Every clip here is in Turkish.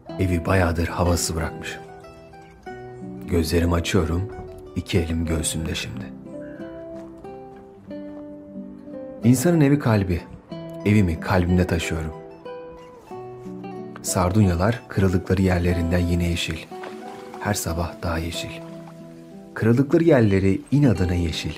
Evi bayağıdır havası bırakmışım. Gözlerimi açıyorum, iki elim göğsümde şimdi. İnsanın evi kalbi, evimi kalbimde taşıyorum. Sardunyalar kırıldıkları yerlerinden yine yeşil. Her sabah daha yeşil. Kırıldıkları yerleri inadına yeşil.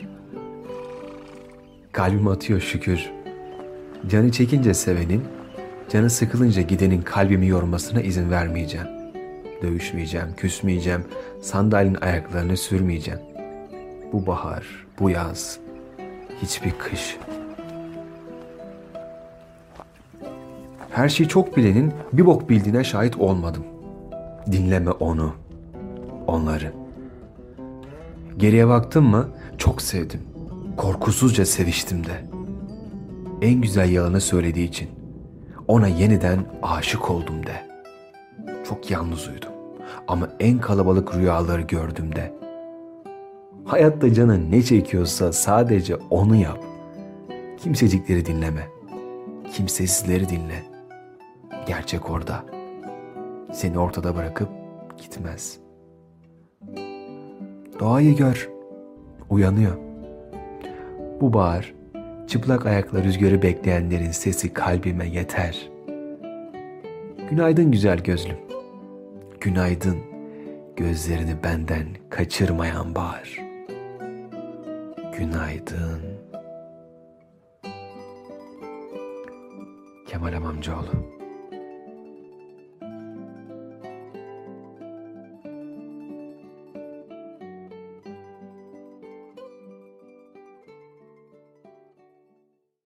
Kalbim atıyor şükür. Canı çekince sevenin, canı sıkılınca gidenin kalbimi yormasına izin vermeyeceğim. Dövüşmeyeceğim, küsmeyeceğim, sandalyenin ayaklarını sürmeyeceğim. Bu bahar, bu yaz, hiçbir kış. Her şeyi çok bilenin bir bok bildiğine şahit olmadım. Dinleme onu, onları. Geriye baktım mı çok sevdim. Korkusuzca seviştim de. En güzel yalanı söylediği için ona yeniden aşık oldum de. Çok yalnız uyudum ama en kalabalık rüyaları gördüm de. Hayatta canın ne çekiyorsa sadece onu yap. Kimsecikleri dinleme. Kimsesizleri dinle. Gerçek orada. Seni ortada bırakıp gitmez. Doğayı gör. Uyanıyor. Bu bahar, çıplak ayakla rüzgarı bekleyenlerin sesi kalbime yeter. Günaydın güzel gözlüm. Günaydın, gözlerini benden kaçırmayan bahar. Günaydın. Kemal Amamcıoğlu.